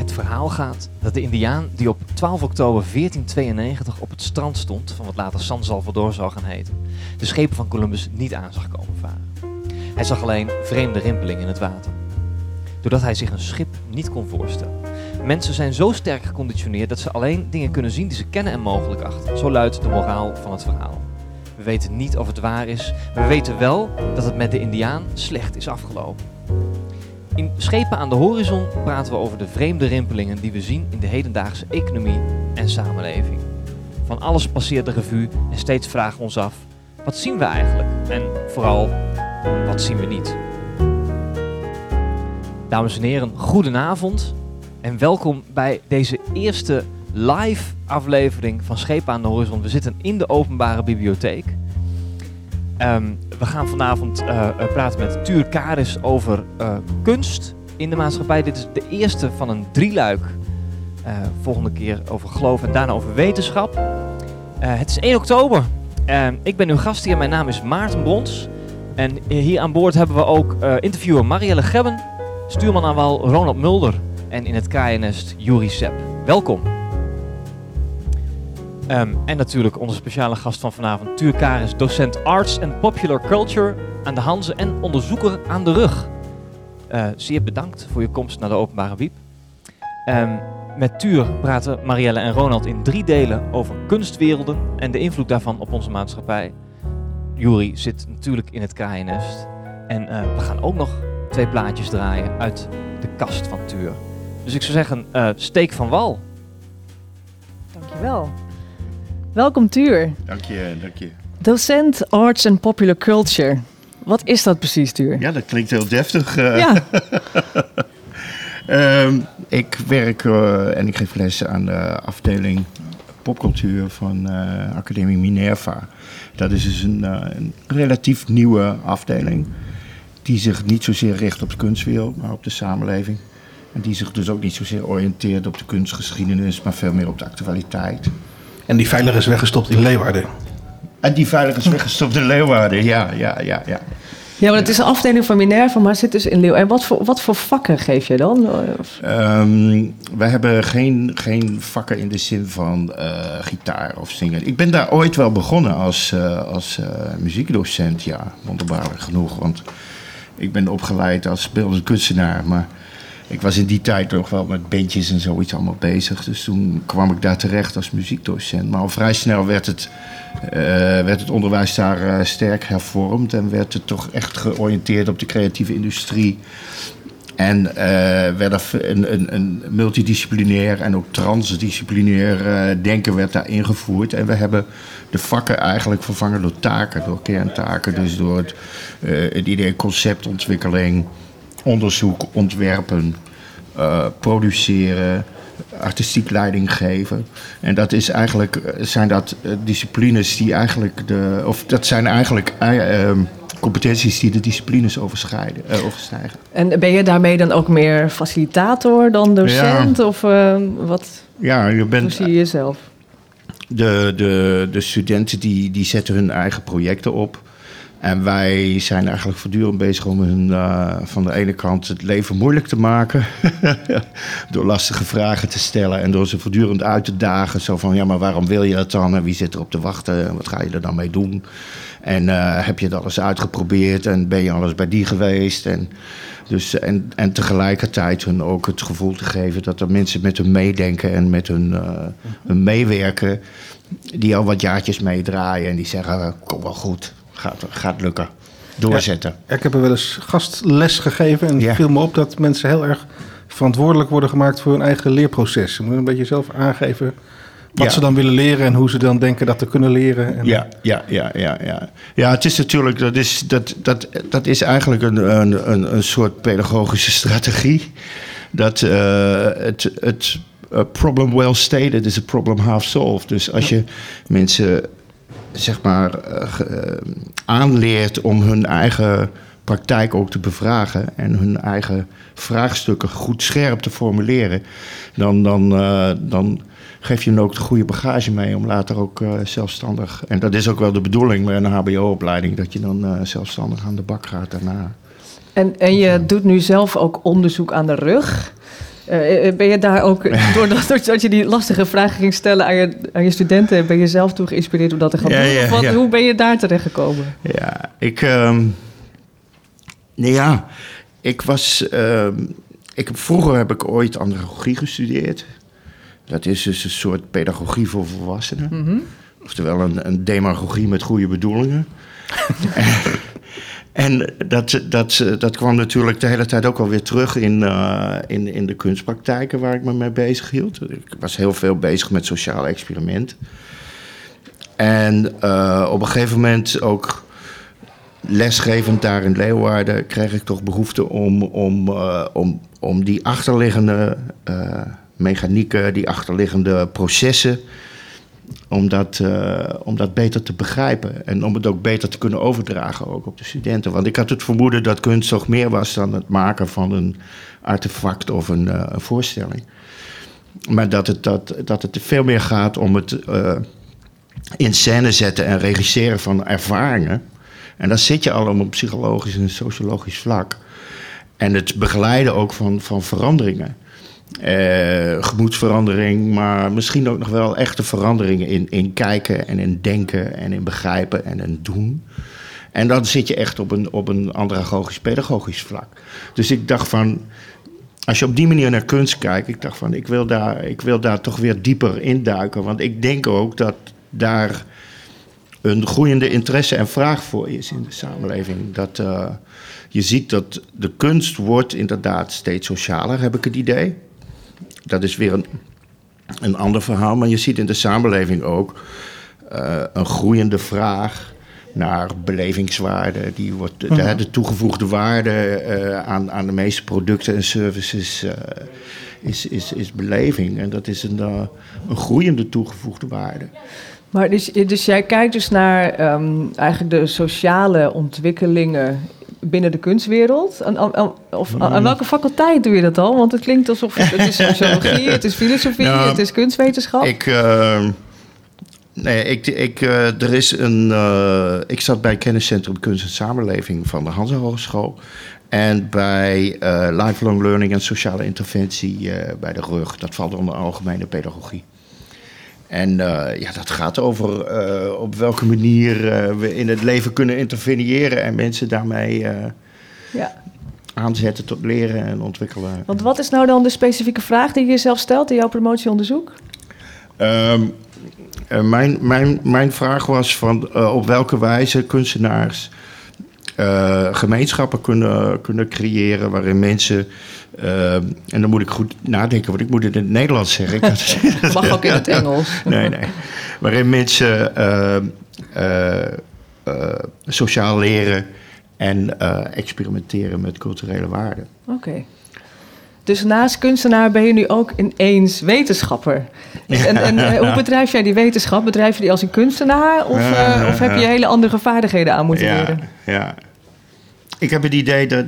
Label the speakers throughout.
Speaker 1: het verhaal gaat dat de Indiaan die op 12 oktober 1492 op het strand stond van wat later San Salvador zou gaan heten, de schepen van Columbus niet aan zag komen varen. Hij zag alleen vreemde rimpelingen in het water. Doordat hij zich een schip niet kon voorstellen. Mensen zijn zo sterk geconditioneerd dat ze alleen dingen kunnen zien die ze kennen en mogelijk achten. Zo luidt de moraal van het verhaal. We weten niet of het waar is, maar we weten wel dat het met de Indiaan slecht is afgelopen. In Schepen aan de horizon praten we over de vreemde rimpelingen die we zien in de hedendaagse economie en samenleving. Van alles passeert de revue en steeds vragen we ons af, wat zien we eigenlijk? En vooral, wat zien we niet? Dames en heren, goedenavond en welkom bij deze eerste live aflevering van Schepen aan de horizon. We zitten in de openbare bibliotheek. We gaan vanavond praten met Tuur Karis over kunst in de maatschappij. Dit is de eerste van een drieluik. Volgende keer over geloof en daarna over wetenschap. Het is 1 oktober. Ik ben uw gast hier. Mijn naam is Maarten Brons. En hier aan boord hebben we ook interviewer Marielle Gebben, stuurman aan wal Ronald Mulder en in het kraaiennest Juri Sepp. Welkom. En natuurlijk onze speciale gast van vanavond, Tuur Karis, docent Arts and Popular Culture aan de Hanze en onderzoeker aan de Rug. Zeer bedankt voor je komst naar de openbare wiep. Met Tuur praten Marielle en Ronald in 3 delen over kunstwerelden en de invloed daarvan op onze maatschappij. Juri zit natuurlijk in het kraaiennest. En we gaan ook nog 2 plaatjes draaien uit de kast van Tuur. Dus ik zou zeggen, steek van wal.
Speaker 2: Dankjewel. Welkom Tuur.
Speaker 3: Dank je.
Speaker 2: Docent Arts and Popular Culture. Wat is dat precies, Tuur?
Speaker 3: Ja, dat klinkt heel deftig.
Speaker 2: Ja.
Speaker 3: Ik werk en ik geef lessen aan de afdeling popcultuur van Academie Minerva. Dat is dus een relatief nieuwe afdeling die zich niet zozeer richt op de kunstwereld, maar op de samenleving. En die zich dus ook niet zozeer oriënteert op de kunstgeschiedenis, maar veel meer op de actualiteit.
Speaker 4: En die veilig is weggestopt in Leeuwarden.
Speaker 3: En die veilig is weggestopt in Leeuwarden, ja.
Speaker 2: Ja, maar het is een afdeling van Minerva, maar het zit dus in Leeuwarden. En wat voor vakken geef je dan?
Speaker 3: Wij hebben geen vakken in de zin van gitaar of zingen. Ik ben daar ooit wel begonnen als muziekdocent, ja, wonderbaarlijk genoeg. Want ik ben opgeleid als beeldend kunstenaar, maar ik was in die tijd nog wel met bandjes en zoiets allemaal bezig. Dus toen kwam ik daar terecht als muziekdocent. Maar al vrij snel werd het onderwijs daar sterk hervormd en werd het toch echt georiënteerd op de creatieve industrie. En werd er een multidisciplinair en ook transdisciplinair denken werd daar ingevoerd. En we hebben de vakken eigenlijk vervangen door taken, door kerntaken. Dus door het idee conceptontwikkeling, onderzoek, ontwerpen, produceren, artistiek leiding geven. En dat is eigenlijk, zijn dat disciplines die eigenlijk dat zijn eigenlijk competenties die de disciplines overstijgen.
Speaker 2: En ben je daarmee dan ook meer facilitator dan docent? Ja. Of wat?
Speaker 3: Ja, je bent.
Speaker 2: Hoe zie je jezelf?
Speaker 3: De studenten die zetten hun eigen projecten op. En wij zijn eigenlijk voortdurend bezig om hun van de ene kant het leven moeilijk te maken. Door lastige vragen te stellen en door ze voortdurend uit te dagen. Zo van, ja, maar waarom wil je dat dan? En wie zit erop te wachten? En wat ga je er dan mee doen? En heb je dat eens uitgeprobeerd? En ben je al eens bij die geweest? En tegelijkertijd hun ook het gevoel te geven dat er mensen met hun meedenken en met hun meewerken, die al wat jaartjes meedraaien en die zeggen, kom wel goed. Gaat lukken. Doorzetten.
Speaker 4: Ja, ik heb er wel eens gastles gegeven en het viel me op dat mensen heel erg verantwoordelijk worden gemaakt voor hun eigen leerproces. Ze moeten een beetje zelf aangeven wat ze dan willen leren en hoe ze dan denken dat te kunnen leren. En
Speaker 3: Ja, het is natuurlijk, dat is eigenlijk een soort pedagogische strategie. Dat het problem well stated is a problem half solved. Dus als je mensen zeg maar aanleert om hun eigen praktijk ook te bevragen en hun eigen vraagstukken goed scherp te formuleren, dan geef je hen ook de goede bagage mee om later ook zelfstandig, en dat is ook wel de bedoeling met een hbo-opleiding, dat je dan zelfstandig aan de bak gaat daarna.
Speaker 2: En je doet nu zelf ook onderzoek aan de rug. Ben je daar ook, doordat je die lastige vragen ging stellen aan je studenten, ben je zelf toe geïnspireerd om dat te gaan doen? Of hoe ben je daar terechtgekomen?
Speaker 3: Ja, vroeger heb ik ooit andragogie gestudeerd. Dat is dus een soort pedagogie voor volwassenen. Mm-hmm. Oftewel een demagogie met goede bedoelingen. En dat kwam natuurlijk de hele tijd ook alweer terug in de kunstpraktijken waar ik me mee bezig hield. Ik was heel veel bezig met sociale experimenten. En op een gegeven moment ook lesgevend daar in Leeuwarden kreeg ik toch behoefte om die achterliggende mechanieken, die achterliggende processen, om dat beter te begrijpen en om het ook beter te kunnen overdragen ook op de studenten. Want ik had het vermoeden dat kunst toch meer was dan het maken van een artefact of een voorstelling. Maar dat het veel meer gaat om het in scène zetten en regisseren van ervaringen. En daar zit je allemaal op psychologisch en sociologisch vlak. En het begeleiden ook van veranderingen. Gemoedsverandering, maar misschien ook nog wel echte veranderingen in kijken en in denken en in begrijpen en in doen. En dan zit je echt op een andragogisch-pedagogisch vlak. Dus ik dacht van, als je op die manier naar kunst kijkt, ik dacht van, ik wil daar toch weer dieper induiken. Want ik denk ook dat daar een groeiende interesse en vraag voor is in de samenleving. Dat je ziet dat de kunst wordt inderdaad steeds socialer, heb ik het idee. Dat is weer een ander verhaal, maar je ziet in de samenleving ook een groeiende vraag naar belevingswaarde. Die wordt, de toegevoegde waarde aan de meeste producten en services is beleving. En dat is een groeiende toegevoegde waarde.
Speaker 2: Maar dus jij kijkt dus naar eigenlijk de sociale ontwikkelingen binnen de kunstwereld. Aan welke faculteit doe je dat al? Want het klinkt alsof het is sociologie, het is filosofie, het is kunstwetenschap.
Speaker 3: Ik zat bij Kenniscentrum Kunst en Samenleving van de Hansa Hogeschool. En bij Lifelong Learning en Sociale Interventie bij de RUG. Dat valt onder algemene pedagogie. En dat gaat over op welke manier we in het leven kunnen interveneren en mensen daarmee aanzetten tot leren en ontwikkelen.
Speaker 2: Want wat is nou dan de specifieke vraag die je jezelf stelt in jouw promotieonderzoek?
Speaker 3: Mijn vraag was van op welke wijze kunstenaars gemeenschappen kunnen creëren waarin mensen... en dan moet ik goed nadenken, want ik moet het in het Nederlands zeggen.
Speaker 2: Mag ook in het Engels.
Speaker 3: Nee. Waarin mensen sociaal leren en experimenteren met culturele waarden.
Speaker 2: Oké. Dus naast kunstenaar ben je nu ook ineens wetenschapper. En hoe bedrijf jij die wetenschap? Bedrijf je die als een kunstenaar? Of heb je hele andere vaardigheden aan moeten leren?
Speaker 3: Ja. Ik heb het idee dat...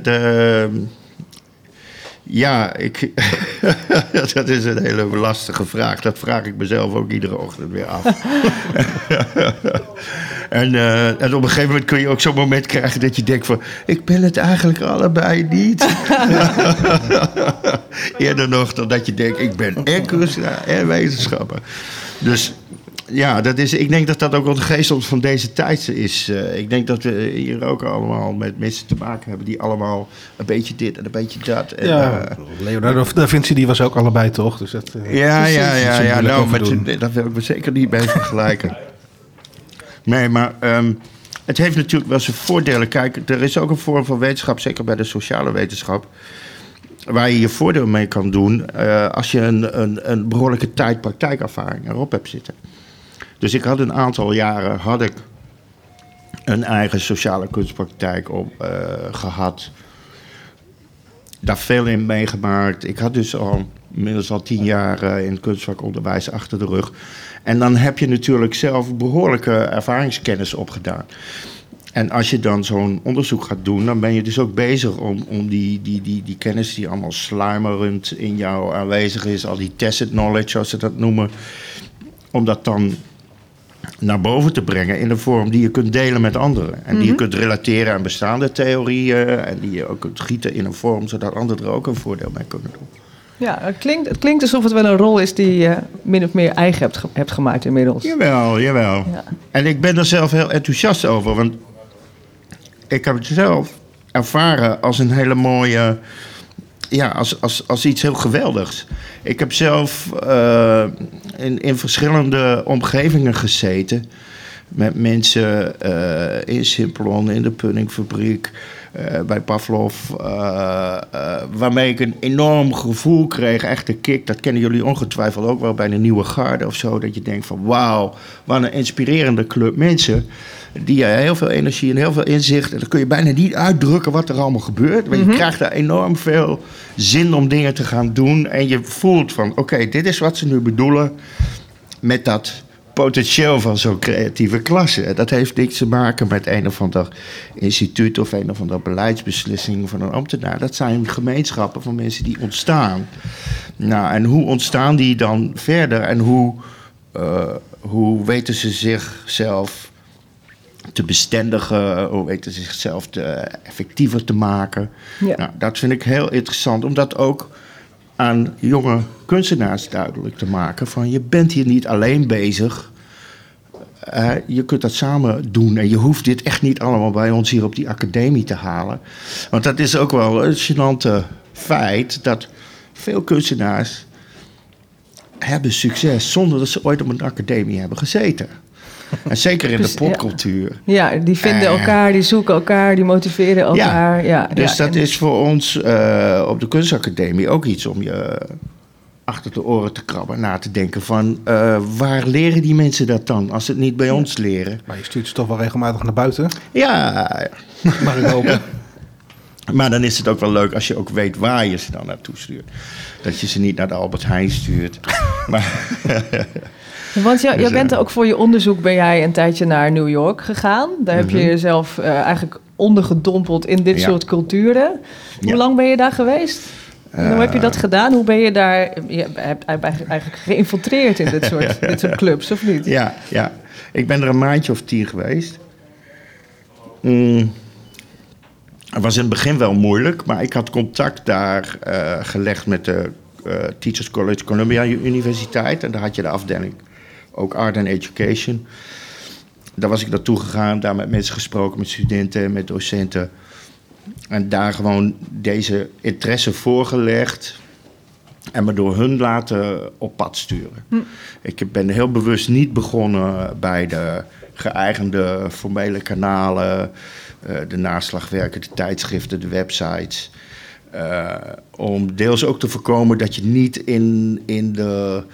Speaker 3: dat is een hele lastige vraag. Dat vraag ik mezelf ook iedere ochtend weer af. En op een gegeven moment kun je ook zo'n moment krijgen dat je denkt van... ik ben het eigenlijk allebei niet. Eerder nog dan dat je denkt, ik ben en kunstenaar en wetenschapper. Dus... ja, ik denk dat dat ook wel de geest van deze tijd is. Ik denk dat we hier ook allemaal met mensen te maken hebben... die allemaal een beetje dit en een beetje dat. En,
Speaker 4: Leonardo da Vinci die was ook allebei, toch? Dus dat,
Speaker 3: daar wil ik me zeker niet mee vergelijken. Nee, maar het heeft natuurlijk wel zijn voordelen. Kijk, er is ook een vorm van wetenschap, zeker bij de sociale wetenschap... waar je je voordeel mee kan doen... als je een behoorlijke tijd praktijkervaring erop hebt zitten... Dus ik had een aantal jaren een eigen sociale kunstpraktijk gehad. Daar veel in meegemaakt. Ik had dus inmiddels al 10 jaar in het kunstvakonderwijs achter de rug. En dan heb je natuurlijk zelf behoorlijke ervaringskennis opgedaan. En als je dan zo'n onderzoek gaat doen, dan ben je dus ook bezig om die kennis die allemaal sluimerend in jou aanwezig is, al die tacit knowledge, zoals ze dat noemen, om dat dan naar boven te brengen in een vorm die je kunt delen met anderen. En die je kunt relateren aan bestaande theorieën en die je ook kunt gieten in een vorm, zodat anderen er ook een voordeel mee kunnen doen.
Speaker 2: Ja, het klinkt alsof het wel een rol is die je min of meer eigen hebt gemaakt inmiddels.
Speaker 3: Jawel.
Speaker 2: Ja.
Speaker 3: En ik ben er zelf heel enthousiast over. Want ik heb het zelf ervaren als een hele mooie... Ja, als iets heel geweldigs. Ik heb zelf in verschillende omgevingen gezeten. Met mensen in Simplon, in de puddingfabriek, bij Pavlov. Waarmee ik een enorm gevoel kreeg, echt een kick. Dat kennen jullie ongetwijfeld ook wel bij de Nieuwe Garde of zo. Dat je denkt van wauw, wat een inspirerende club mensen. Die heel veel energie en heel veel inzicht. En dan kun je bijna niet uitdrukken wat er allemaal gebeurt. Maar je krijgt daar enorm veel zin om dingen te gaan doen. En je voelt van oké, dit is wat ze nu bedoelen met dat potentieel van zo'n creatieve klasse. Dat heeft niks te maken met een of ander instituut of een of andere beleidsbeslissing van een ambtenaar. Dat zijn gemeenschappen van mensen die ontstaan. Nou, en hoe ontstaan die dan verder? En hoe weten ze zichzelf te bestendigen? Hoe weten ze zichzelf effectiever te maken?
Speaker 2: Ja.
Speaker 3: Nou, dat vind ik heel interessant, omdat ook aan jonge kunstenaars duidelijk te maken van je bent hier niet alleen bezig. Je kunt dat samen doen en je hoeft dit echt niet allemaal bij ons hier op die academie te halen. Want dat is ook wel een gênante feit dat veel kunstenaars hebben succes zonder dat ze ooit op een academie hebben gezeten. En zeker in de popcultuur.
Speaker 2: Ja, die vinden elkaar, die zoeken elkaar, die motiveren elkaar. Ja,
Speaker 3: dus dat is voor ons op de kunstacademie ook iets om je achter de oren te krabben, na te denken van waar leren die mensen dat dan, als ze het niet bij ons leren?
Speaker 4: Maar je stuurt ze toch wel regelmatig naar buiten?
Speaker 3: Ja.
Speaker 4: Mag ik hopen.
Speaker 3: Maar dan is het ook wel leuk als je ook weet waar je ze dan naartoe stuurt. Dat je ze niet naar de Albert Heijn stuurt. Maar
Speaker 2: want jij bent ook voor je onderzoek ben jij een tijdje naar New York gegaan. Daar heb je jezelf eigenlijk ondergedompeld in dit soort culturen. Hoe lang ben je daar geweest? En hoe heb je dat gedaan? Hoe ben je daar... Je hebt eigenlijk geïnfiltreerd in dit soort clubs, of niet?
Speaker 3: Ja. Ik ben er een maandje of 10 geweest. Het was in het begin wel moeilijk, maar ik had contact daar gelegd met de Teachers College Columbia Universiteit. En daar had je de afdeling, ook Art and Education. Daar was ik naartoe gegaan, daar met mensen gesproken, met studenten, met docenten. En daar gewoon deze interesse voorgelegd en me door hun laten op pad sturen. Ik ben heel bewust niet begonnen bij de geëigende formele kanalen, de naslagwerken, de tijdschriften, de websites. Om deels ook te voorkomen dat je niet in de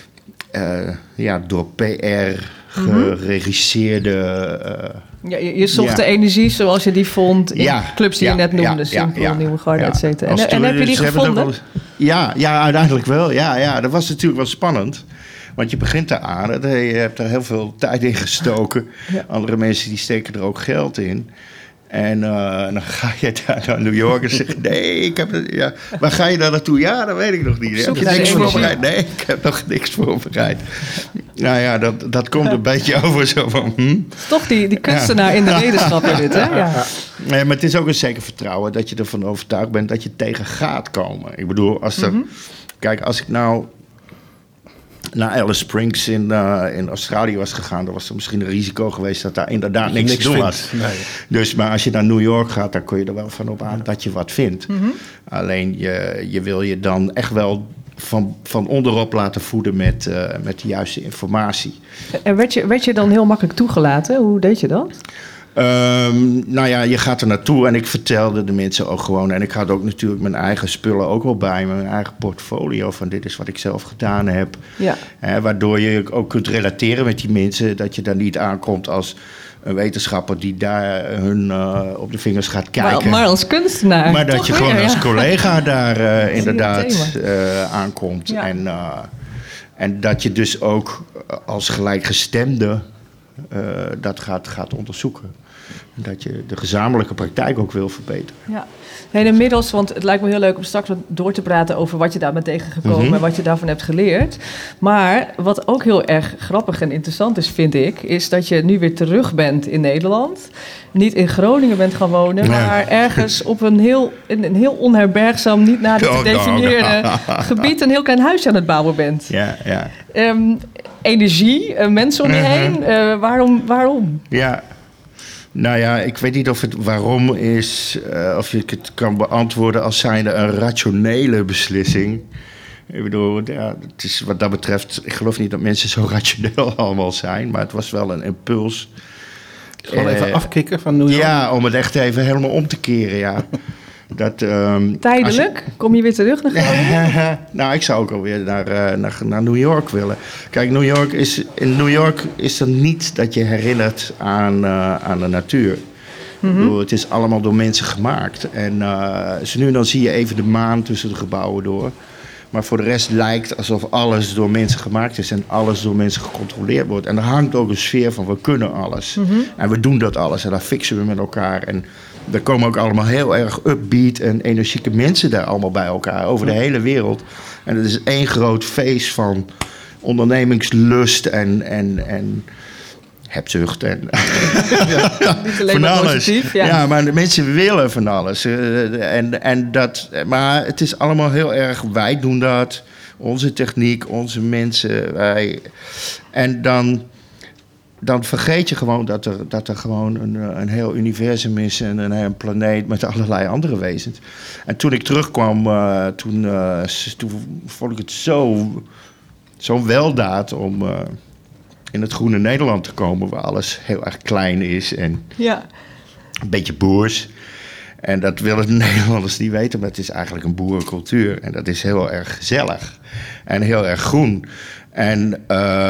Speaker 3: door PR geregisseerde...
Speaker 2: je zocht de energie zoals je die vond in clubs die je net noemde. Simpel, Nieuwe Garde, et cetera. En heb je die gevonden?
Speaker 3: Uiteindelijk wel. Ja, dat was natuurlijk wel spannend. Want je begint daar aan en je hebt er heel veel tijd in gestoken. Andere mensen die steken er ook geld in. En dan ga je daar naar New York en zeg nee, waar ga je daar naartoe? Ja, dat weet ik nog niet. Heb je niks voorbereid? Nee, ik heb nog niks voorbereid. Nou ja, dat komt een beetje over zo van...
Speaker 2: Toch die kunstenaar in de wetenschap dit, hè? Ja.
Speaker 3: Nee, maar het is ook een zeker vertrouwen dat je ervan overtuigd bent dat je tegen gaat komen. Ik bedoel, kijk, als ik nou naar Alice Springs in Australië was gegaan, dan was er misschien een risico geweest dat daar inderdaad niks te doen was. Nee. Dus, maar als je naar New York gaat, dan kun je er wel van op aan dat je wat vindt. Alleen je wil je dan echt wel van onderop laten voeden met de juiste informatie.
Speaker 2: En werd je dan heel makkelijk toegelaten? Hoe deed je dat?
Speaker 3: Je gaat er naartoe en ik vertelde de mensen ook gewoon. En ik had ook natuurlijk mijn eigen spullen ook wel bij me. Mijn eigen portfolio van dit is wat ik zelf gedaan heb. Ja. Waardoor je ook kunt relateren met die mensen. Dat je daar niet aankomt als een wetenschapper die daar hun op de vingers gaat kijken.
Speaker 2: Maar als kunstenaar.
Speaker 3: Maar dat je gewoon als collega daar inderdaad aankomt. Ja. En dat je dus ook als gelijkgestemde dat gaat onderzoeken. Dat je de gezamenlijke praktijk ook wil verbeteren.
Speaker 2: Ja. En inmiddels, want het lijkt me heel leuk om straks wat door te praten over wat je daar bent tegengekomen en wat je daarvan hebt geleerd. Maar wat ook heel erg grappig en interessant is, vind ik, is dat je nu weer terug bent in Nederland. Niet in Groningen bent gaan wonen, maar ergens op een heel onherbergzaam, niet nader te definiëren gebied, een heel klein huisje aan het bouwen bent.
Speaker 3: Ja, ja.
Speaker 2: Energie, mensen om je heen. Waarom?
Speaker 3: Ja. Nou ja, ik weet niet of het waarom is, of je het kan beantwoorden als zijnde een rationele beslissing. Ik bedoel, ja, het is wat dat betreft, ik geloof niet dat mensen zo rationeel allemaal zijn, maar het was wel een impuls.
Speaker 4: Gewoon even afkicken van New York? Ja,
Speaker 3: om het echt even helemaal om te keren, ja. Dat,
Speaker 2: tijdelijk? Kom je weer terug naar Groningen?
Speaker 3: Nou, ik zou ook alweer naar New York willen. Kijk, in New York is er niet dat je herinnert aan de natuur. Mm-hmm. Ik bedoel, het is allemaal door mensen gemaakt. En nu en dan zie je even de maan tussen de gebouwen door. Maar voor de rest lijkt alsof alles door mensen gemaakt is en alles door mensen gecontroleerd wordt. En er hangt ook een sfeer van we kunnen alles. Mm-hmm. En we doen dat alles en dat fixen we met elkaar. En er komen ook allemaal heel erg upbeat en energieke mensen daar allemaal bij elkaar over de hele wereld. En het is één groot feest van ondernemingslust en hebzucht en
Speaker 2: niet alleen maar positief.
Speaker 3: Ja, maar de mensen willen van alles. Maar het is allemaal heel erg, wij doen dat, onze techniek, onze mensen, wij. En dan vergeet je gewoon dat er gewoon een heel universum is en een planeet met allerlei andere wezens. En toen ik terugkwam, toen vond ik het zo'n weldaad om in het groene Nederland te komen, waar alles heel erg klein is en een beetje boers. En dat willen de Nederlanders niet weten, maar het is eigenlijk een boerencultuur. En dat is heel erg gezellig en heel erg groen. En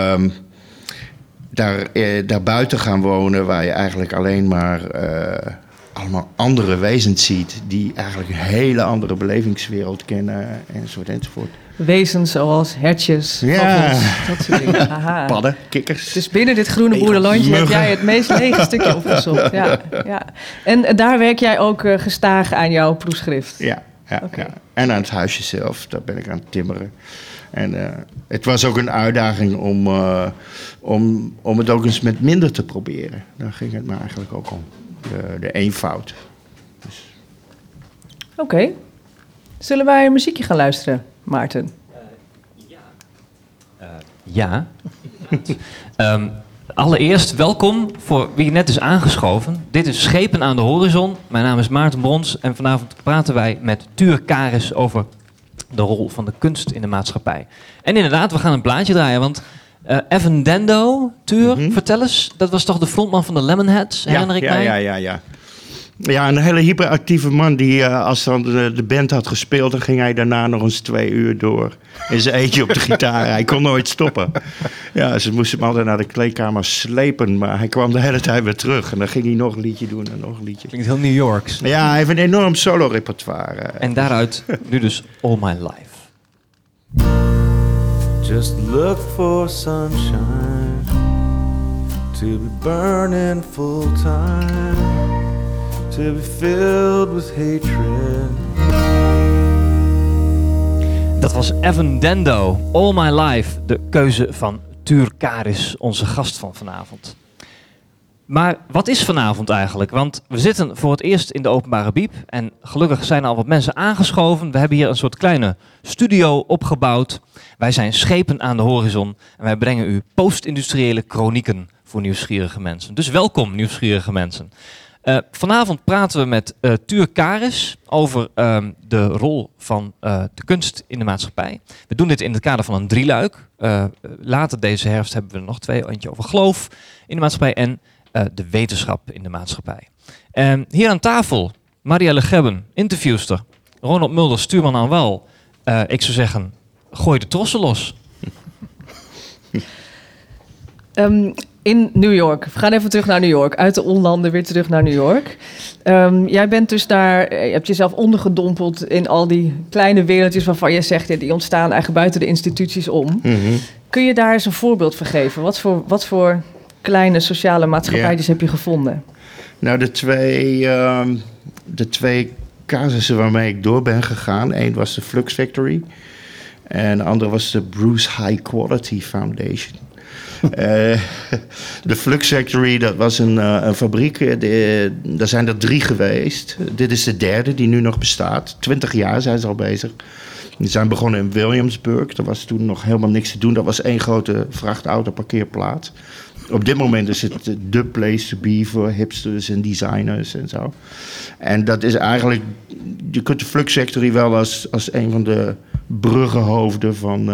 Speaker 3: daar buiten gaan wonen, waar je eigenlijk alleen maar allemaal andere wezens ziet, die eigenlijk een hele andere belevingswereld kennen, enzovoort.
Speaker 2: Wezens zoals hertjes, vogels, dat soort dingen. Aha.
Speaker 3: Padden, kikkers.
Speaker 2: Dus binnen dit groene boerenlandje heb jij het meest lege stukje opgezocht. Ja. En daar werk jij ook gestaag aan jouw proefschrift?
Speaker 3: Ja. En aan het huisje zelf, daar ben ik aan het timmeren. En het was ook een uitdaging om het ook eens met minder te proberen. Daar ging het me eigenlijk ook om. De eenvoud. Dus.
Speaker 2: Oké. Zullen wij een muziekje gaan luisteren, Maarten?
Speaker 1: Ja. Allereerst welkom voor wie net is aangeschoven. Dit is Schepen aan de Horizon. Mijn naam is Maarten Brons en vanavond praten wij met Tuur Karis over de rol van de kunst in de maatschappij. En inderdaad, we gaan een plaatje draaien, want Evan Dando, Tuur, vertel eens, dat was toch de frontman van de Lemonheads, herinner ik mij?
Speaker 3: Ja. Ja, een hele hyperactieve man die als dan de band had gespeeld, dan ging hij daarna nog eens 2 uur door in zijn eentje op de gitaar. Hij kon nooit stoppen. Ja, ze moesten hem altijd naar de kleedkamer slepen, maar hij kwam de hele tijd weer terug. En dan ging hij nog een liedje doen en nog een liedje.
Speaker 1: Klinkt heel New Yorks.
Speaker 3: Ja, hij heeft een enorm solo-repertoire.
Speaker 1: En daaruit nu dus All My Life.
Speaker 5: Just look for sunshine to be burning full time, to be filled with hatred.
Speaker 1: Dat was Evan Dando, All My Life, de keuze van Tuur Karis, onze gast van vanavond. Maar wat is vanavond eigenlijk? Want we zitten voor het eerst in de openbare biep en gelukkig zijn er al wat mensen aangeschoven. We hebben hier een soort kleine studio opgebouwd. Wij zijn Schepen aan de Horizon en wij brengen u post-industriële kronieken voor nieuwsgierige mensen. Dus welkom, nieuwsgierige mensen. Vanavond praten we met Tuur Karis over de rol van de kunst in de maatschappij. We doen dit in het kader van een 3-luik. Later deze herfst hebben we er nog 2. Eentje over geloof in de maatschappij en de wetenschap in de maatschappij. Hier aan tafel Marielle Gebben, interviewster. Ronald Mulder, stuurman aan wal. Ik zou zeggen, gooi de trossen los.
Speaker 2: In New York. We gaan even terug naar New York. Uit de onlanden weer terug naar New York. Jij bent dus daar, je hebt jezelf ondergedompeld in al die kleine wereldjes waarvan je zegt, die ontstaan eigenlijk buiten de instituties om. Mm-hmm. Kun je daar eens een voorbeeld van geven? Wat voor kleine sociale maatschappijtjes heb je gevonden?
Speaker 3: Nou, de twee casussen waarmee ik door ben gegaan. Eén was de Flux Factory. En de andere was de Bruce High Quality Foundation. De Flux Factory, dat was een fabriek. Daar zijn er 3 geweest. Dit is de derde die nu nog bestaat. 20 jaar zijn ze al bezig. Die zijn begonnen in Williamsburg. Er was toen nog helemaal niks te doen. Dat was 1 grote vrachtautoparkeerplaats. Op dit moment is het de place to be voor hipsters en designers en zo. En dat is eigenlijk... Je kunt de Flux Factory wel als een van de bruggenhoofden van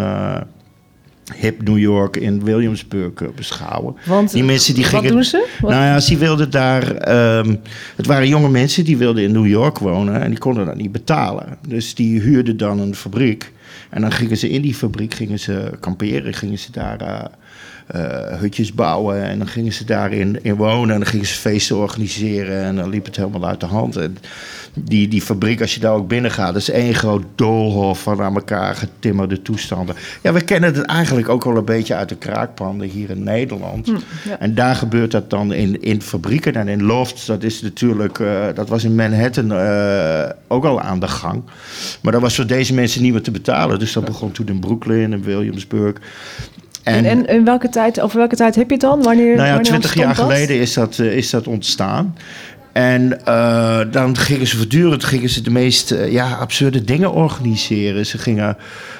Speaker 3: hip New York in Williamsburg beschouwen.
Speaker 2: Want,
Speaker 3: die mensen die gingen,
Speaker 2: wat doen ze?
Speaker 3: Nou ja, ze wilden daar... het waren jonge mensen die wilden in New York wonen en die konden dat niet betalen. Dus die huurden dan een fabriek. En dan gingen ze in die fabriek kamperen, gingen ze daar... hutjes bouwen en dan gingen ze daarin wonen en dan gingen ze feesten organiseren en dan liep het helemaal uit de hand. En die fabriek, als je daar ook binnen gaat, dat is 1 groot doolhof van aan elkaar getimmerde toestanden. Ja, we kennen het eigenlijk ook wel een beetje uit de kraakpanden hier in Nederland.
Speaker 2: Ja.
Speaker 3: En daar gebeurt dat dan in fabrieken en in lofts. Dat is natuurlijk, dat was in Manhattan ook al aan de gang. Maar dat was voor deze mensen niet meer te betalen. Dus dat begon toen in Brooklyn en Williamsburg.
Speaker 2: En in welke tijd, over welke tijd heb je het dan? Wanneer
Speaker 3: 20 jaar geleden is dat ontstaan. En dan gingen ze voortdurend de meest absurde dingen organiseren. Ze gingen...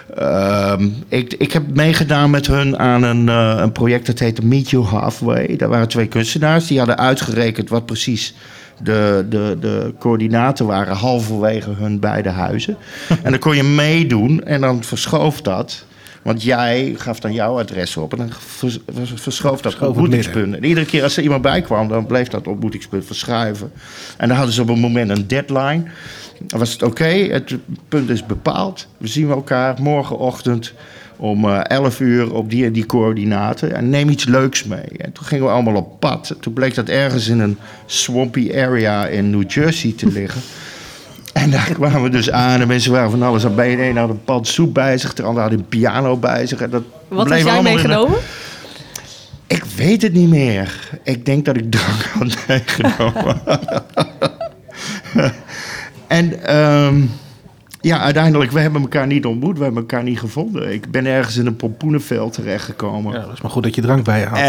Speaker 3: ik heb meegedaan met hun aan een project dat heette Meet You Halfway. Daar waren 2 kunstenaars die hadden uitgerekend wat precies... De coördinaten waren halverwege hun beide huizen. En dan kon je meedoen en dan verschoof dat... Want jij gaf dan jouw adres op en dan verschoof dat ontmoetingspunt. En iedere keer als er iemand bij kwam, dan bleef dat ontmoetingspunt verschuiven. En dan hadden ze op een moment een deadline. Dan was het oké, het punt is bepaald. We zien elkaar morgenochtend om 11 uur op die en die coördinaten. En neem iets leuks mee. En toen gingen we allemaal op pad. Toen bleek dat ergens in een swampy area in New Jersey te liggen. En daar kwamen we dus aan. De mensen waren van alles aan bij. De een had een pan soep bij zich. De ander had een piano bij zich. En dat
Speaker 2: wat had jij meegenomen?
Speaker 3: Ik weet het niet meer. Ik denk dat ik drank had meegenomen. En uiteindelijk, we hebben elkaar niet ontmoet. We hebben elkaar niet gevonden. Ik ben ergens in een pompoenenveld terechtgekomen.
Speaker 4: Ja, dat is maar goed dat je drank bij je had.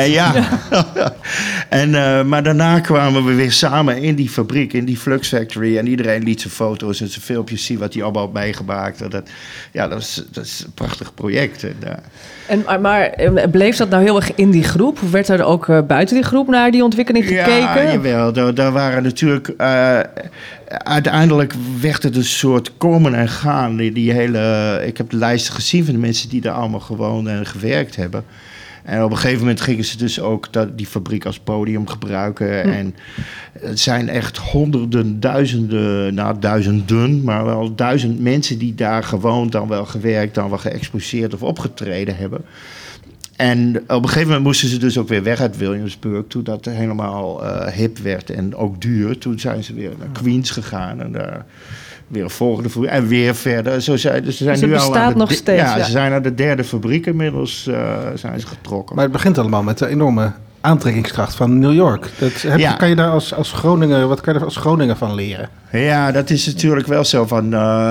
Speaker 3: Maar daarna kwamen we weer samen in die fabriek, in die Flux Factory. En iedereen liet zijn foto's en zijn filmpjes zien wat hij allemaal had meegemaakt. Dat is een prachtig project.
Speaker 2: Maar bleef dat nou heel erg in die groep? Of werd er ook buiten die groep naar die ontwikkeling gekeken?
Speaker 3: Ja, jawel. Daar waren natuurlijk... uiteindelijk werd het een soort komen en gaan. Ik heb de lijsten gezien van de mensen die daar allemaal gewoond en gewerkt hebben. En op een gegeven moment gingen ze dus ook die fabriek als podium gebruiken. En het zijn echt honderden, duizenden, maar wel 1000 mensen die daar gewoond, dan wel gewerkt, dan wel geëxposeerd of opgetreden hebben. En op een gegeven moment moesten ze dus ook weer weg uit Williamsburg, toen dat helemaal hip werd en ook duur. Toen zijn ze weer naar Queens gegaan en daar weer een volgende fabriek en weer verder. Zo zijn, dus ze zijn
Speaker 2: het
Speaker 3: nu
Speaker 2: bestaat
Speaker 3: al aan
Speaker 2: nog steeds.
Speaker 3: Ja, ze zijn naar de 3e fabriek inmiddels zijn ze getrokken.
Speaker 4: Maar het begint allemaal met de enorme aantrekkingskracht van New York. Kan je daar als Groninger, wat kan je er als Groninger van leren?
Speaker 3: Ja, dat is natuurlijk wel zo van...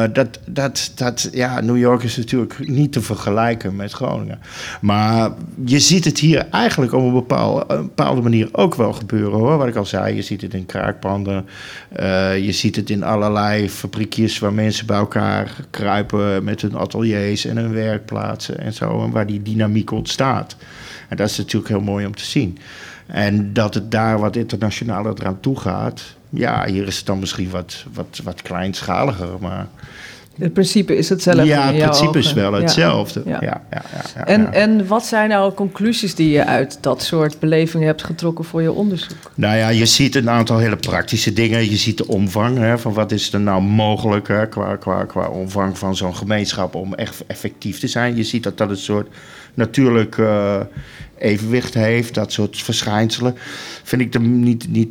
Speaker 3: New York is natuurlijk niet te vergelijken met Groningen. Maar je ziet het hier eigenlijk op een bepaalde manier ook wel gebeuren, hoor. Wat ik al zei, je ziet het in kraakpanden. Je ziet het in allerlei fabriekjes waar mensen bij elkaar kruipen met hun ateliers en hun werkplaatsen en zo. En waar die dynamiek ontstaat. En dat is natuurlijk heel mooi om te zien. En dat het daar wat internationaler eraan toe gaat... Ja, hier is het dan misschien wat kleinschaliger, maar...
Speaker 2: Het principe is hetzelfde.
Speaker 3: Ja, het principe
Speaker 2: ogen.
Speaker 3: is wel hetzelfde. Ja.
Speaker 2: En wat zijn nou conclusies die je uit dat soort belevingen hebt getrokken voor je onderzoek?
Speaker 3: Nou ja, je ziet een aantal hele praktische dingen. Je ziet de omvang, van wat is er nou mogelijk qua omvang van zo'n gemeenschap om echt effectief te zijn. Je ziet dat een soort natuurlijk evenwicht heeft, dat soort verschijnselen. Vind ik niet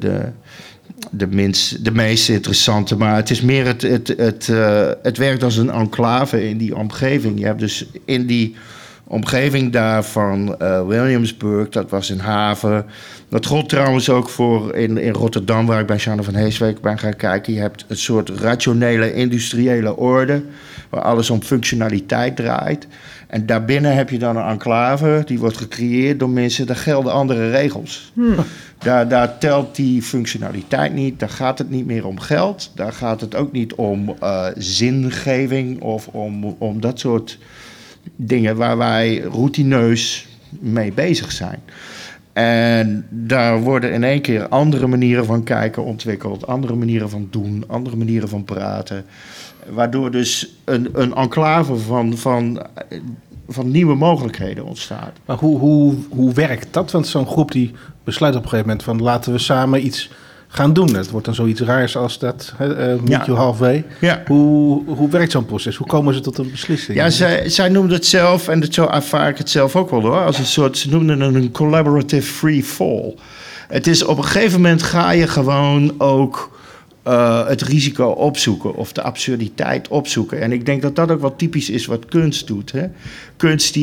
Speaker 3: de meest interessante, maar het is meer het werkt als een enclave in die omgeving. Je hebt dus in die omgeving daarvan, Williamsburg, dat was een haven. Dat gold trouwens ook voor in Rotterdam, waar ik bij Sjanne van Heeswijk ben gaan kijken. Je hebt een soort rationele, industriële orde, waar alles om functionaliteit draait. En daarbinnen heb je dan een enclave, die wordt gecreëerd door mensen, daar gelden andere regels. Daar telt die functionaliteit niet, daar gaat het niet meer om geld. Daar gaat het ook niet om zingeving of om dat soort dingen waar wij routineus mee bezig zijn. En daar worden in één keer andere manieren van kijken ontwikkeld, andere manieren van doen, andere manieren van praten. Waardoor dus een enclave van nieuwe mogelijkheden ontstaat.
Speaker 4: Maar hoe werkt dat? Want zo'n groep die besluit op een gegeven moment van laten we samen iets gaan doen. Het wordt dan zoiets raars als dat, meet you halfway.
Speaker 3: Ja.
Speaker 4: Hoe werkt zo'n proces? Hoe komen ze tot een beslissing?
Speaker 3: Ja, zij noemden het zelf, en zo ervaar ik het zelf ook wel hoor, als een soort, ze noemden het een collaborative free fall. Het is op een gegeven moment ga je gewoon ook het risico opzoeken of de absurditeit opzoeken. En ik denk dat dat ook wel typisch is wat kunst doet. Hè? Kunst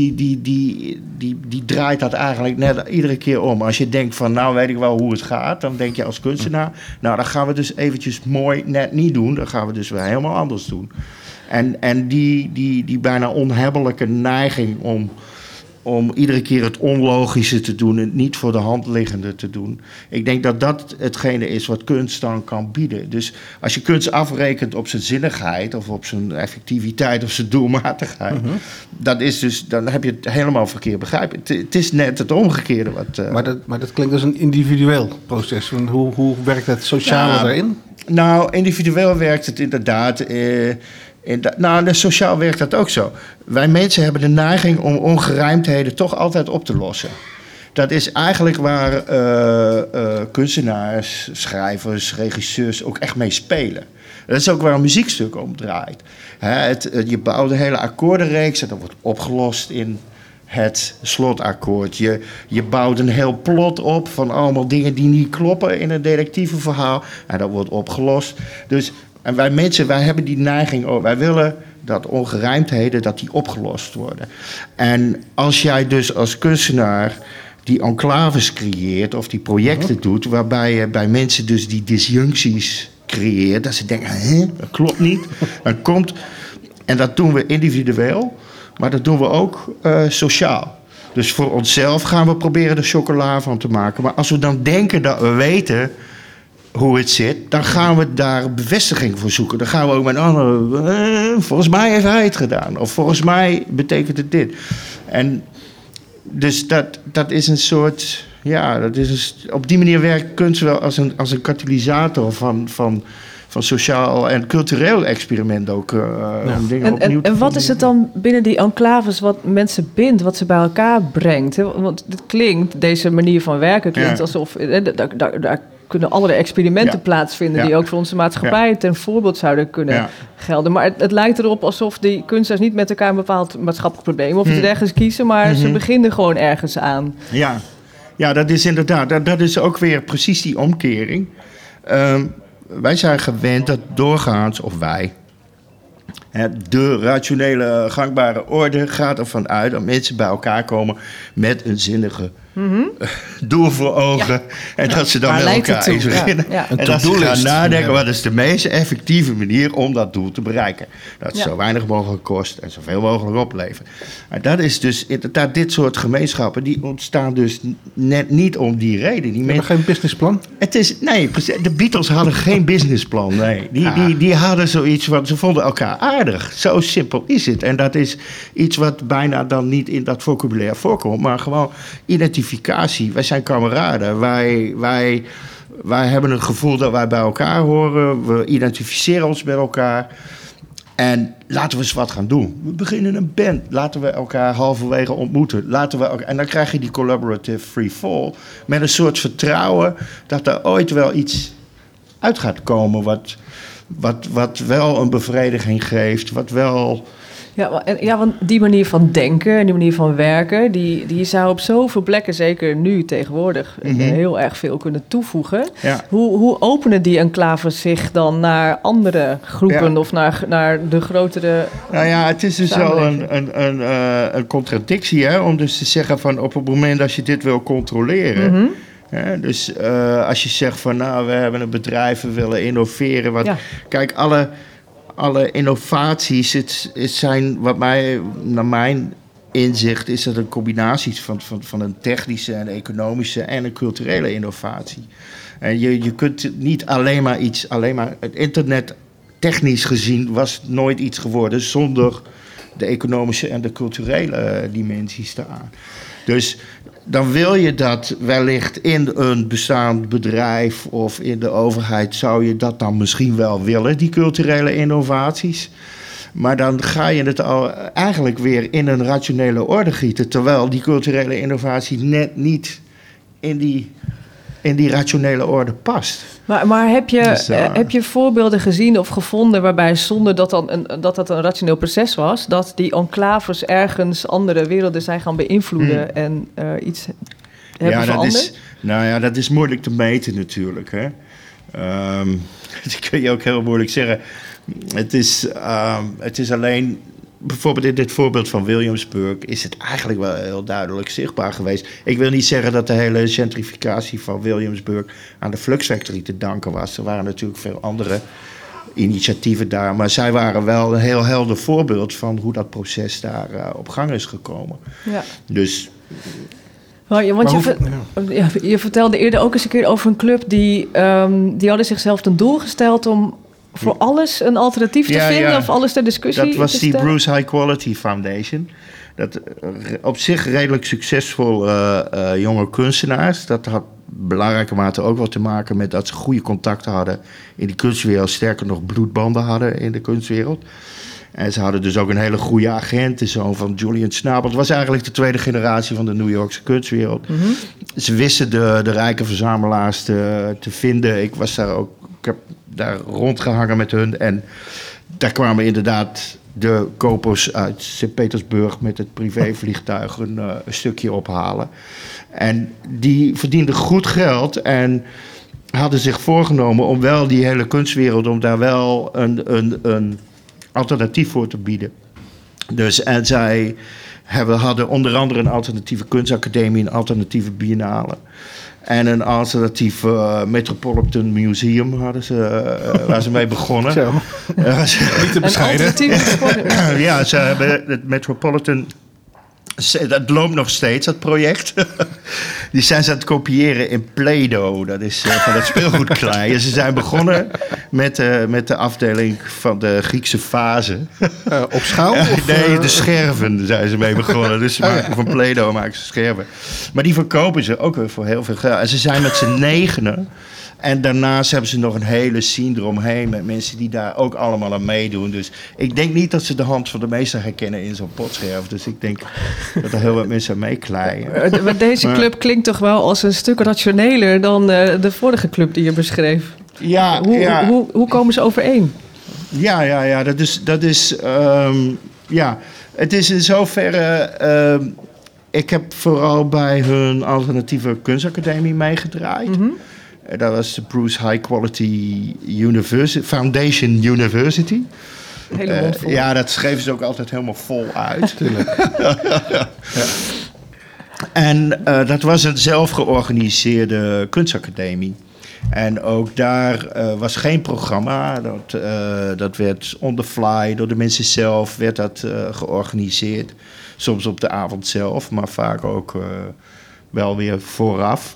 Speaker 3: die draait dat eigenlijk net iedere keer om. Als je denkt van nou weet ik wel hoe het gaat, dan denk je als kunstenaar, nou dan gaan we dus eventjes mooi net niet doen. Dan gaan we dus weer helemaal anders doen. En die bijna onhebbelijke neiging om iedere keer het onlogische te doen en het niet voor de hand liggende te doen. Ik denk dat dat hetgene is wat kunst dan kan bieden. Dus als je kunst afrekent op zijn zinnigheid of op zijn effectiviteit of zijn doelmatigheid, dat is dus, dan heb je het helemaal verkeerd begrijpen. Het is net het omgekeerde.
Speaker 4: Maar dat klinkt als een individueel proces. Hoe werkt het sociale daarin?
Speaker 3: Nou, individueel werkt het inderdaad. Sociaal werkt dat ook zo. Wij mensen hebben de neiging om ongerijmdheden toch altijd op te lossen. Dat is eigenlijk waar kunstenaars, schrijvers, regisseurs ook echt mee spelen. Dat is ook waar een muziekstuk om draait. Je bouwt een hele akkoordenreeks en dat wordt opgelost in het slotakkoord. Je bouwt een heel plot op van allemaal dingen die niet kloppen in een detectieve verhaal. En dat wordt opgelost. En wij mensen, wij hebben die neiging ook. Wij willen dat ongerijmdheden, dat die opgelost worden. En als jij dus als kunstenaar die enclaves creëert of die projecten doet, waarbij je bij mensen dus die disjuncties creëert, dat ze denken, dat klopt niet. En dat doen we individueel, maar dat doen we ook sociaal. Dus voor onszelf gaan we proberen er chocola van te maken. Maar als we dan denken dat we weten hoe het zit, dan gaan we daar bevestiging voor zoeken. Dan gaan we ook met anderen, volgens mij heeft hij het gedaan. Of volgens mij betekent het dit. En dus dat is een soort, op die manier werkt kunst wel als een katalysator van sociaal en cultureel experiment ook. Om dingen opnieuw te
Speaker 2: en wat is het dan binnen die enclaves wat mensen bindt, wat ze bij elkaar brengt? Hè? Want het klinkt, deze manier van werken klinkt alsof daar kunnen allerlei experimenten plaatsvinden die ook voor onze maatschappij ten voorbeeld zouden kunnen gelden. Maar het lijkt erop alsof die kunstenaars niet met elkaar een bepaald maatschappelijk probleem of het ergens kiezen, maar ze beginnen gewoon ergens aan.
Speaker 3: Ja, dat is inderdaad, dat is ook weer precies die omkering. Wij zijn gewend dat doorgaans, of wij, de rationele gangbare orde gaat ervan uit dat mensen bij elkaar komen met een zinnige doel voor ogen. En dat ze dan met elkaar iets beginnen. En dat ze gaan nadenken, wat is de meest effectieve manier om dat doel te bereiken. Dat het zo weinig mogelijk kost en zoveel mogelijk oplevert. Maar dat is dus inderdaad, dit soort gemeenschappen, die ontstaan dus net niet om die reden. Die
Speaker 4: hebben geen businessplan?
Speaker 3: De Beatles hadden geen businessplan. Nee. Die hadden zoiets van, ze vonden elkaar aardig. Zo simpel is het. En dat is iets wat bijna dan niet in dat vocabulaire voorkomt, maar gewoon identificatie. Wij zijn kameraden. Wij hebben het gevoel dat wij bij elkaar horen. We identificeren ons met elkaar. En laten we eens wat gaan doen. We beginnen een band. Laten we elkaar halverwege ontmoeten. En dan krijg je die collaborative free fall. Met een soort vertrouwen dat er ooit wel iets uit gaat komen wat wel een bevrediging geeft. Wat wel
Speaker 2: Ja, want die manier van denken en die manier van werken, die zou op zoveel plekken, zeker nu tegenwoordig, heel erg veel kunnen toevoegen.
Speaker 3: Ja.
Speaker 2: Hoe openen die enclaves zich dan naar andere groepen of naar de grotere...
Speaker 3: Nou ja, het is dus wel een contradictie, hè, om dus te zeggen van op het moment dat je dit wil controleren... Hè, dus als je zegt van nou, we hebben een bedrijf, we willen innoveren. Kijk, alle innovaties, het zijn naar mijn inzicht, is dat een combinatie van een technische, een economische en een culturele innovatie. En je kunt niet alleen maar het internet technisch gezien was nooit iets geworden zonder de economische en de culturele dimensies daaraan. Dus dan wil je dat wellicht in een bestaand bedrijf of in de overheid zou je dat dan misschien wel willen, die culturele innovaties. Maar dan ga je het al eigenlijk weer in een rationele orde gieten, terwijl die culturele innovatie net niet in die rationele orde past.
Speaker 2: Maar heb je voorbeelden gezien of gevonden waarbij zonder dat een rationeel proces was, dat die enclaves ergens andere werelden zijn gaan beïnvloeden en iets hebben veranderd?
Speaker 3: Dat is moeilijk te meten natuurlijk. Hè? Dat kun je ook heel moeilijk zeggen. Het is alleen... Bijvoorbeeld in dit voorbeeld van Williamsburg is het eigenlijk wel heel duidelijk zichtbaar geweest. Ik wil niet zeggen dat de hele gentrificatie van Williamsburg aan de Flux Factory te danken was. Er waren natuurlijk veel andere initiatieven daar. Maar zij waren wel een heel helder voorbeeld van hoe dat proces daar op gang is gekomen. Ja. Dus...
Speaker 2: je vertelde eerder ook eens een keer over een club die hadden zichzelf ten doel gesteld om voor alles een alternatief te vinden of alles ter discussie
Speaker 3: te stellen. Dat was die Bruce High Quality Foundation. Dat op zich redelijk succesvol jonge kunstenaars. Dat had belangrijke mate ook wat te maken met dat ze goede contacten hadden in die kunstwereld. Sterker nog, bloedbanden hadden in de kunstwereld. En ze hadden dus ook een hele goede agent, de zoon van Julian Schnabel. Het was eigenlijk de tweede generatie van de New Yorkse kunstwereld. Ze wisten de rijke verzamelaars te vinden. Ik heb daar rondgehangen met hun. En daar kwamen inderdaad de kopers uit Sint-Petersburg met het privévliegtuig een stukje ophalen. En die verdienden goed geld en hadden zich voorgenomen om wel die hele kunstwereld, om daar wel een alternatief voor te bieden. Dus, en zij hadden onder andere een alternatieve kunstacademie, een alternatieve biennale en een alternatief Metropolitan Museum hadden ze, waar ze mee begonnen.
Speaker 4: Zo. Niet te bescheiden.
Speaker 3: Ja, ze hebben het Metropolitan... Dat loopt nog steeds, dat project. Die zijn ze aan het kopiëren in Play-Doh. Dat is van het speelgoedklei. En ze zijn begonnen met de afdeling van de Griekse fase.
Speaker 4: Op schaal?
Speaker 3: Nee, de scherven zijn ze mee begonnen. Dus ze maken van Play-Doh maken ze scherven. Maar die verkopen ze ook weer voor heel veel geld. En ze zijn met z'n 9. En daarnaast hebben ze nog een hele scene eromheen met mensen die daar ook allemaal aan meedoen. Dus ik denk niet dat ze de hand van de meester herkennen in zo'n potscherf. Dus ik denk dat er heel wat mensen aan meekleien.
Speaker 2: Maar deze club klinkt toch wel als een stuk rationeler dan de vorige club die je beschreef.
Speaker 3: Ja,
Speaker 2: hoe komen ze overeen?
Speaker 3: Ja, dat is het is in zoverre... ik heb vooral bij hun alternatieve kunstacademie meegedraaid. Dat was de Bruce High Quality Foundation University.
Speaker 2: Hele mond vol.
Speaker 3: Ja, dat schreven ze ook altijd helemaal vol uit. Ja. En dat was een zelfgeorganiseerde kunstacademie. En ook daar was geen programma. Dat werd on the fly, door de mensen zelf werd dat georganiseerd. Soms op de avond zelf, maar vaak ook wel weer vooraf.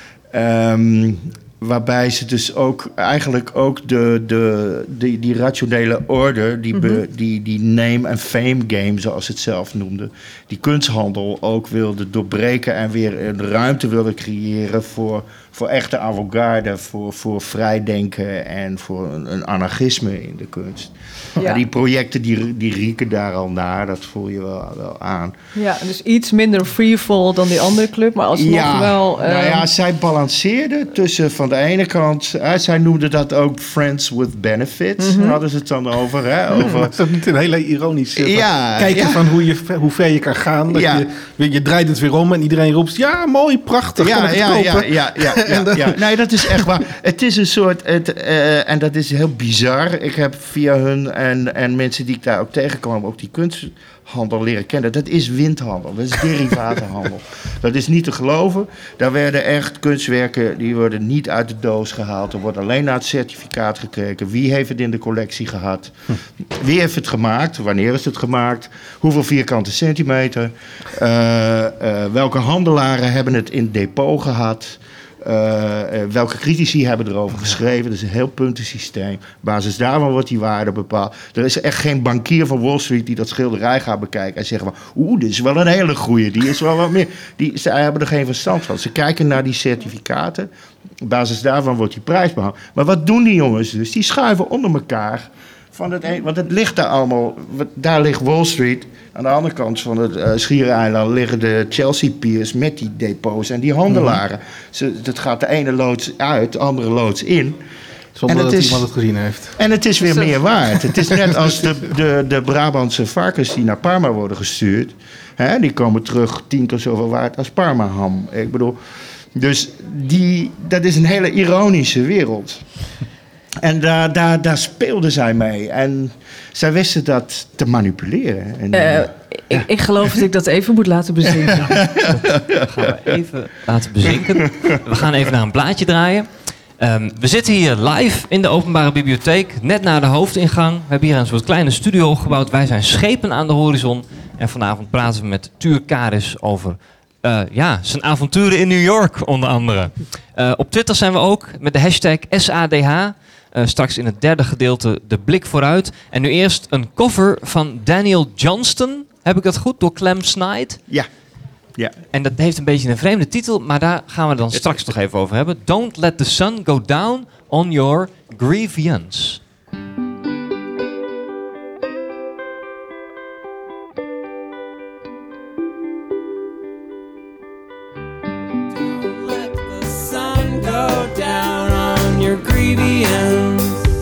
Speaker 3: Waarbij ze dus ook eigenlijk ook die rationele orde, die name and fame game, zoals ze het zelf noemden, die kunsthandel ook wilde doorbreken en weer een ruimte wilde creëren voor echte avant-garde, voor vrijdenken en voor een anarchisme in de kunst. Ja. En die projecten die rieken daar al naar, dat voel je wel aan.
Speaker 2: Ja, dus iets minder freefall dan die andere club, maar alsnog wel...
Speaker 3: Nou ja, zij balanceerden tussen van de ene kant, zij noemden dat ook friends with benefits. Daar hadden ze het dan over. Hè?
Speaker 4: Is dat niet een hele ironische kijken van hoe ver je kan gaan? Dat je draait het weer om en iedereen roept, ja, mooi, prachtig, kom ik het kopen.
Speaker 3: Ja. Nee, dat is echt waar. Het is een soort, en dat is heel bizar. Ik heb via hun en mensen die ik daar ook tegenkwam, ook die kunsthandel leren kennen. Dat is windhandel, dat is derivatenhandel. Dat is niet te geloven. Daar werden echt kunstwerken, die worden niet uit de doos gehaald. Er wordt alleen naar het certificaat gekeken. Wie heeft het in de collectie gehad? Wie heeft het gemaakt? Wanneer is het gemaakt? Hoeveel vierkante centimeter? Welke handelaren hebben het in depot gehad? Welke critici hebben erover geschreven? Dat is een heel puntensysteem. Op basis daarvan wordt die waarde bepaald. Er is echt geen bankier van Wall Street die dat schilderij gaat bekijken en zeggen van, dit is wel een hele goeie, die is wel wat meer. Zij hebben er geen verstand van. Ze kijken naar die certificaten. Op basis daarvan wordt die prijs behaald. Maar wat doen die jongens dus? Die schuiven onder elkaar. Want het ligt daar allemaal. Daar ligt Wall Street. Aan de andere kant van het Schiereiland liggen de Chelsea Piers met die depots en die handelaren. Dat gaat de ene loods uit, de andere loods in.
Speaker 4: Zonder dat iemand het gezien heeft.
Speaker 3: En het is weer meer waard. Het is net als de Brabantse varkens die naar Parma worden gestuurd. Hè, die komen terug 10 keer zoveel waard als Parma-ham. Ik bedoel, dus dat is een hele ironische wereld. En daar speelden zij mee. En zij wisten dat te manipuleren.
Speaker 2: Ik geloof dat ik dat even moet laten bezinken.
Speaker 1: Dat gaan we even laten bezinken. We gaan even naar een plaatje draaien. We zitten hier live in de openbare bibliotheek, net na de hoofdingang. We hebben hier een soort kleine studio gebouwd. Wij zijn Schepen aan de Horizon. En vanavond praten we met Tuur Karis over zijn avonturen in New York, onder andere. Op Twitter zijn we ook met de hashtag SADH. Straks in het derde gedeelte de blik vooruit. En nu eerst een cover van Daniel Johnston. Heb ik dat goed? Door Clem Snide.
Speaker 3: Ja.
Speaker 1: En dat heeft een beetje een vreemde titel, maar daar gaan we dan straks nog even over hebben. Don't let the sun go down on your grievance.
Speaker 6: Don't let the sun go down on your grievance.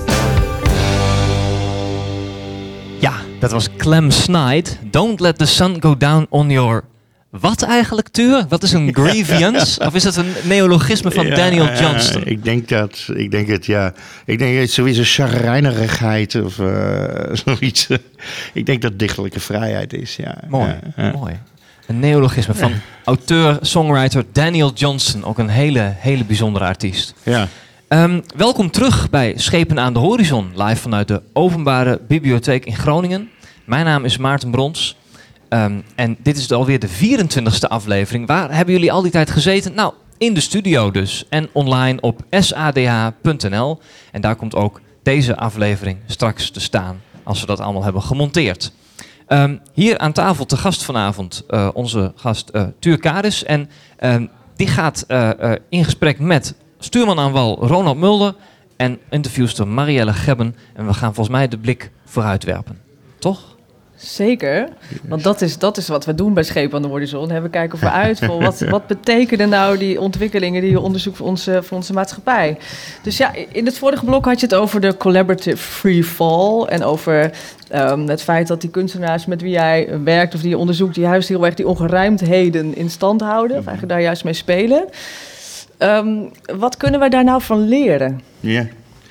Speaker 1: Ja, dat was Clem Snide. Don't let the sun go down on your... Wat eigenlijk, Tuur? Wat is een grievance? Of is het een neologisme van Daniel Johnston?
Speaker 3: Ik denk het sowieso chagrijnerigheid of zoiets. Ik denk dat dichterlijke vrijheid is, ja.
Speaker 1: Mooi. Een neologisme van auteur-songwriter Daniel Johnston. Ook een hele bijzondere artiest.
Speaker 3: Ja.
Speaker 1: Welkom terug bij Schepen aan de Horizon. Live vanuit de Openbare Bibliotheek in Groningen. Mijn naam is Maarten Brons. En dit is alweer de 24e aflevering. Waar hebben jullie al die tijd gezeten? Nou, in de studio dus. En online op sadh.nl. En daar komt ook deze aflevering straks te staan. Als we dat allemaal hebben gemonteerd. Hier aan tafel te gast vanavond onze gast Tuur Karis. En die gaat in gesprek met stuurman aan wal Ronald Mulder. En interviewster Marielle Gebben. En we gaan volgens mij de blik vooruit werpen. Toch?
Speaker 2: Zeker, want dat is wat we doen bij Schepen aan de Horizon. We kijken vooruit voor wat betekenen nou die ontwikkelingen die je onderzoekt voor onze maatschappij. Dus ja, in het vorige blok had je het over de collaborative free fall en over het feit dat die kunstenaars met wie jij werkt of die je onderzoekt, die juist heel erg die ongerijmdheden in stand houden, of eigenlijk daar juist mee spelen. Wat kunnen we daar nou van leren?
Speaker 3: Ja.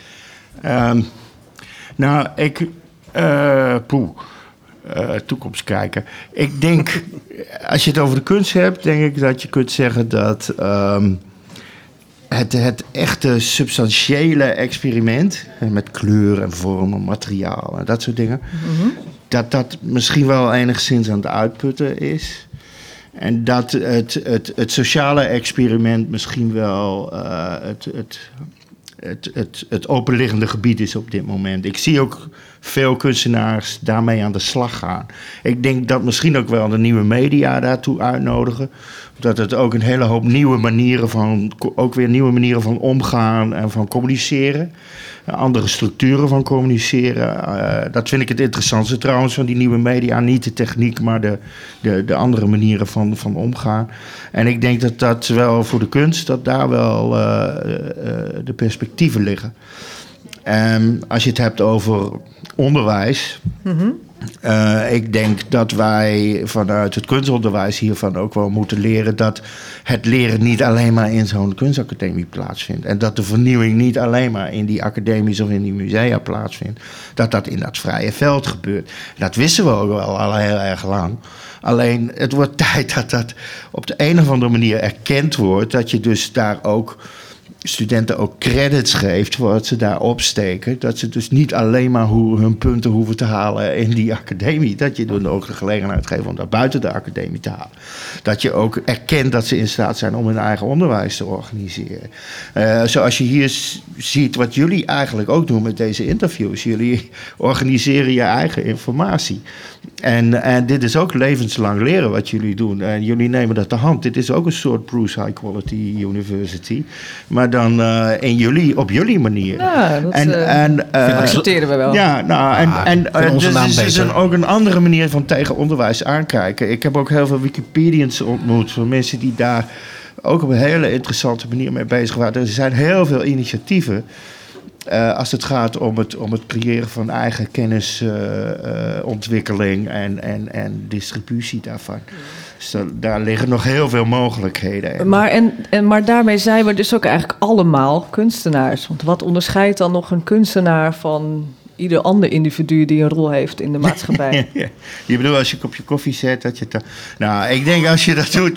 Speaker 3: Toekomst kijken. Ik denk, als je het over de kunst hebt, denk ik dat je kunt zeggen dat het echte substantiële experiment met kleur en vorm en materiaal en dat soort dingen, dat misschien wel enigszins aan het uitputten is. En dat het sociale experiment misschien wel het openliggende gebied is op dit moment. Ik zie ook veel kunstenaars daarmee aan de slag gaan. Ik denk dat misschien ook wel de nieuwe media daartoe uitnodigen. Dat het ook een hele hoop nieuwe manieren van omgaan en van communiceren. Andere structuren van communiceren. Dat vind ik het interessantste trouwens van die nieuwe media. Niet de techniek, maar de andere manieren van omgaan. En ik denk dat wel voor de kunst, dat daar wel de perspectieven liggen. Als je het hebt over onderwijs. Mm-hmm. Ik denk dat wij vanuit het kunstonderwijs hiervan ook wel moeten leren dat het leren niet alleen maar in zo'n kunstacademie plaatsvindt. En dat de vernieuwing niet alleen maar in die academies of in die musea plaatsvindt. Dat dat in dat vrije veld gebeurt. Dat wisten we ook wel al heel erg lang. Alleen het wordt tijd dat dat op de een of andere manier erkend wordt. Dat je dus daar ook studenten ook credits geeft voor wat ze daar opsteken. Dat ze dus niet alleen maar hun punten hoeven te halen in die academie. Dat je dan ook de gelegenheid geeft om dat buiten de academie te halen. Dat je ook erkent dat ze in staat zijn om hun eigen onderwijs te organiseren. Zoals je hier ziet wat jullie eigenlijk ook doen met deze interviews. Jullie organiseren je eigen informatie. En dit is ook levenslang leren wat jullie doen. En jullie nemen dat de hand. Dit is ook een soort Bruce High Quality University. Maar dan op jullie manier.
Speaker 2: Ja, dat accepteren we wel.
Speaker 3: Ja, dus is er ook een andere manier van tegen onderwijs aankijken. Ik heb ook heel veel Wikipedians ontmoet. Van mensen die daar ook op een hele interessante manier mee bezig waren. Er zijn heel veel initiatieven. Als het gaat om het creëren van eigen kennisontwikkeling en distributie daarvan. Dus daar liggen nog heel veel mogelijkheden.
Speaker 2: Maar daarmee zijn we dus ook eigenlijk allemaal kunstenaars. Want wat onderscheidt dan nog een kunstenaar van ieder ander individu die een rol heeft in de maatschappij?
Speaker 3: Je bedoelt als je een kopje koffie zet, dat je Nou, ik denk als je dat doet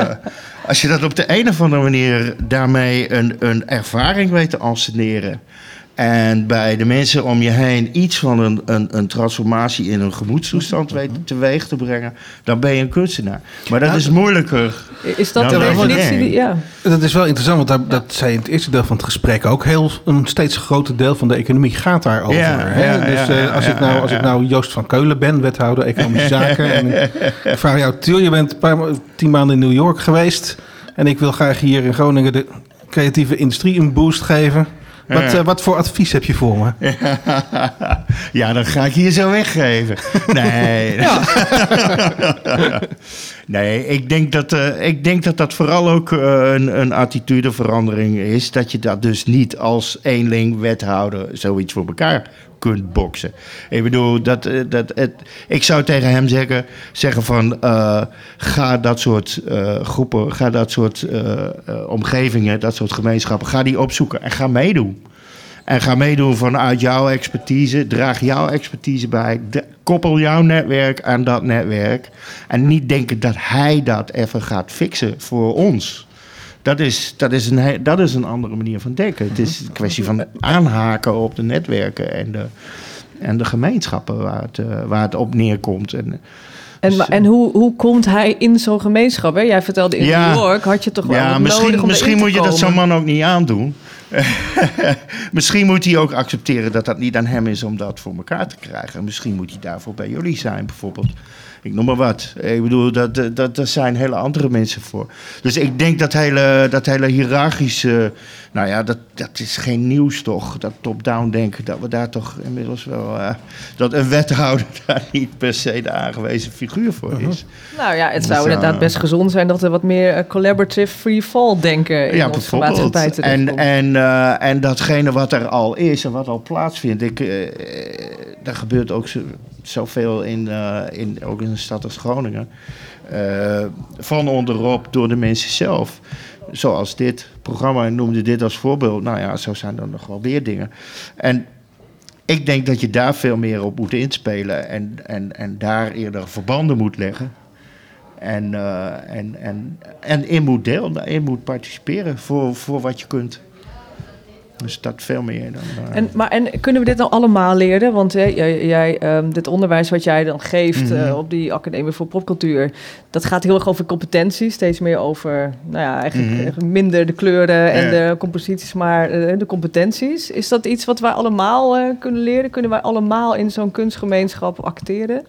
Speaker 3: als je dat op de een of andere manier daarmee een ervaring weet te anseneren. En bij de mensen om je heen iets van een transformatie in een gemoedstoestand weet teweeg te brengen, dan ben je een kunstenaar. Maar dat is moeilijker.
Speaker 2: Is dat de definitie? Ja.
Speaker 4: Dat is wel interessant, want dat zei in het eerste deel van het gesprek ook. Een steeds groter deel van de economie gaat daarover. Als ik nou Joost van Keulen ben, wethouder economische zaken. En ik vraag jou, Tiel, je bent 10 maanden in New York geweest. En ik wil graag hier in Groningen de creatieve industrie een boost geven. Wat voor advies heb je voor me?
Speaker 3: Ja, dat ga ik hier zo weggeven. Nee. Ja. Nee, ik denk dat vooral ook een attitudeverandering is. Dat je dat dus niet als eenling wethouder zoiets voor elkaar kunt boksen. Ik bedoel, ik zou tegen hem zeggen van ga dat soort groepen, ga dat soort omgevingen, dat soort gemeenschappen, ga die opzoeken en ga meedoen. En ga meedoen vanuit jouw expertise, draag jouw expertise bij, koppel jouw netwerk aan dat netwerk. En niet denken dat hij dat even gaat fixen voor ons. Dat is een andere manier van denken. Het is een kwestie van aanhaken op de netwerken en de gemeenschappen waar het op neerkomt.
Speaker 2: En hoe komt hij in zo'n gemeenschap? Hè? Jij vertelde in New York, had je toch wel nodig om
Speaker 3: misschien moet je
Speaker 2: komen.
Speaker 3: dat zo'n man ook niet aandoen. Misschien moet hij ook accepteren dat dat niet aan hem is om dat voor elkaar te krijgen. Misschien moet hij daarvoor bij jullie zijn bijvoorbeeld. Ik noem maar wat. Ik bedoel, daar zijn hele andere mensen voor. Dus ik denk dat hele hiërarchische... Nou ja, dat is geen nieuws toch. Dat top-down denken, dat we daar toch inmiddels wel... dat een wethouder daar niet per se de aangewezen figuur voor is.
Speaker 2: Nou ja, het zou inderdaad best gezond zijn dat er wat meer collaborative free fall denken in onze maatschappij terechtkomt.
Speaker 3: En datgene wat er al is en wat al plaatsvindt. Daar gebeurt ook zoveel ook in een stad als Groningen. Van onderop door de mensen zelf. Zoals dit programma noemde dit als voorbeeld. Nou ja, zo zijn er nog wel weer dingen. En ik denk dat je daar veel meer op moet inspelen. En daar eerder verbanden moet leggen. En in moet delen, in moet participeren voor wat je kunt. Dus dat veel meer dan...
Speaker 2: En kunnen we dit nou allemaal leren? Want dit onderwijs wat jij dan geeft op die Academie voor Popcultuur, dat gaat heel erg over competenties. Steeds meer over, eigenlijk minder de kleuren en de composities, maar de competenties. Is dat iets wat wij allemaal kunnen leren? Kunnen wij allemaal in zo'n kunstgemeenschap acteren?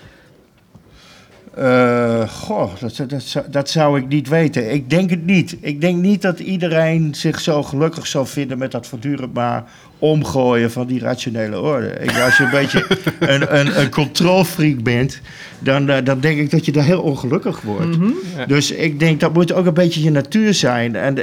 Speaker 3: Dat zou ik niet weten. Ik denk het niet. Ik denk niet dat iedereen zich zo gelukkig zou vinden met dat voortdurend maar omgooien van die rationele orde. Als je een beetje een controlfreak bent, dan denk ik dat je daar heel ongelukkig wordt. Mm-hmm. Ja. Dus ik denk dat moet ook een beetje je natuur zijn. En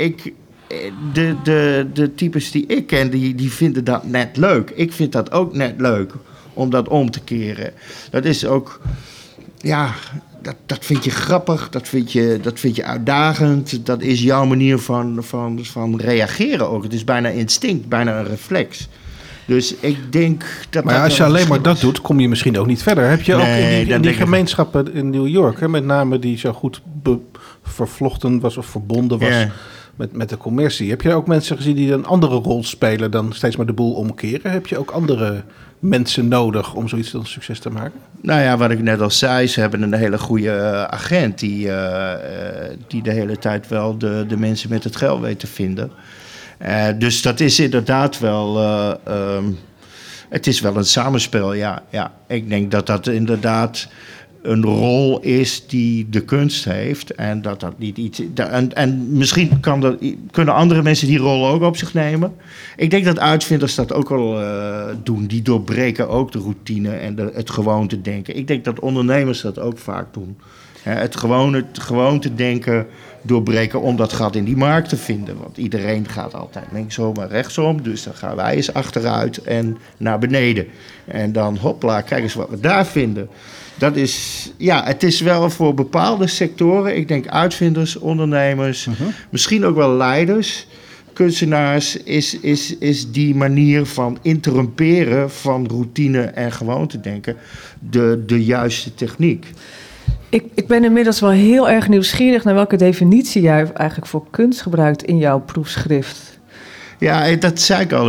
Speaker 3: de types die ik ken, die vinden dat net leuk. Ik vind dat ook net leuk om dat om te keren. Dat is ook... Ja, dat vind je grappig, dat vind je uitdagend. Dat is jouw manier van reageren ook. Het is bijna instinct, bijna een reflex. Dus ik denk dat...
Speaker 4: Maar als je alleen maar dat doet, kom je misschien ook niet verder. Heb je ook in die gemeenschappen in New York, met name die zo goed vervlochten was of verbonden was met de commercie. Heb je ook mensen gezien die een andere rol spelen dan steeds maar de boel omkeren? Heb je ook andere mensen nodig om zoiets tot een succes te maken?
Speaker 3: Nou ja, wat ik net al zei, ze hebben een hele goede agent die de hele tijd wel de mensen met het geld weet te vinden. Dus dat is inderdaad wel... het is wel een samenspel, ja. Ik denk dat inderdaad een rol is die de kunst heeft. En dat niet iets... En misschien kunnen andere mensen die rol ook op zich nemen. Ik denk dat uitvinders dat ook wel doen. Die doorbreken ook de routine en het gewoontedenken. Ik denk dat ondernemers dat ook vaak doen. Het gewoontedenken doorbreken om dat gat in die markt te vinden. Want iedereen gaat altijd linksom en rechtsom. Dus dan gaan wij eens achteruit en naar beneden. En dan hopla, kijk eens wat we daar vinden. Dat is, het is wel voor bepaalde sectoren, ik denk uitvinders, ondernemers, misschien ook wel leiders, kunstenaars, is die manier van interrumperen van routine en gewoontedenken de juiste techniek.
Speaker 2: Ik ben inmiddels wel heel erg nieuwsgierig naar welke definitie jij eigenlijk voor kunst gebruikt in jouw proefschrift.
Speaker 3: Ja, dat zei ik al.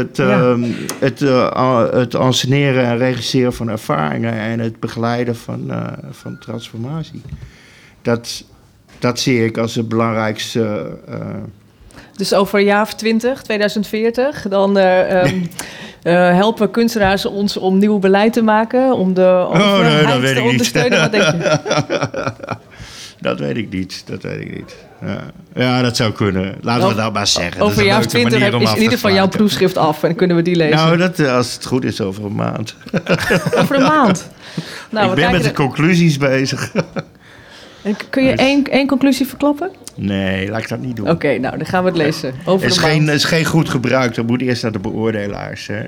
Speaker 3: Het enseneren en regisseren van ervaringen en het begeleiden van transformatie. Dat zie ik als het belangrijkste.
Speaker 2: Dus over een jaar of 2040, dan helpen kunstenaars ons om nieuw beleid te maken, om de overheid te ondersteunen. Wat denk je?
Speaker 3: Dat weet ik niet. Ja, dat zou kunnen. Laten we dat maar zeggen.
Speaker 2: Over een jaar of 20 is in ieder geval jouw proefschrift af en kunnen we die lezen.
Speaker 3: Nou, als het goed is, over een maand.
Speaker 2: Over een maand? Nou,
Speaker 3: ik ben met de conclusies bezig.
Speaker 2: En kun je één conclusie verklappen?
Speaker 3: Nee, laat ik dat niet doen.
Speaker 2: Oké, nou, dan gaan we het lezen. Over een maand.
Speaker 3: Het is geen goed gebruik. Dat moet eerst naar de beoordelaars. Hè.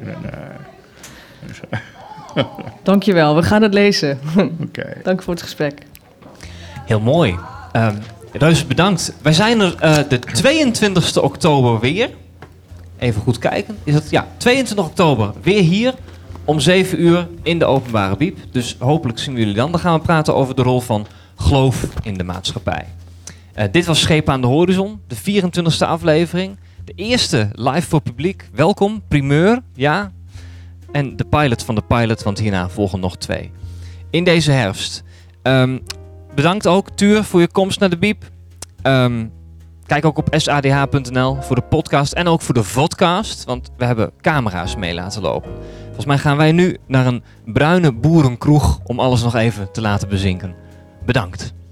Speaker 2: Dankjewel, we gaan het lezen.
Speaker 3: Okay.
Speaker 2: Dank voor het gesprek.
Speaker 1: Heel mooi. Reuze, bedankt. Wij zijn er de 22e oktober weer. Even goed kijken. Is dat? Ja, 22 oktober weer hier om 7 uur in de openbare biep. Dus hopelijk zien we jullie dan. Dan gaan we praten over de rol van geloof in de maatschappij. Dit was Schepen aan de Horizon, de 24e aflevering. De eerste live voor publiek. Welkom, primeur, ja. En de pilot van de pilot, want hierna volgen nog 2. In deze herfst. Bedankt ook, Tuur, voor je komst naar de biep. Kijk ook op sadh.nl voor de podcast en ook voor de vodcast. Want we hebben camera's mee laten lopen. Volgens mij gaan wij nu naar een bruine boerenkroeg om alles nog even te laten bezinken. Bedankt.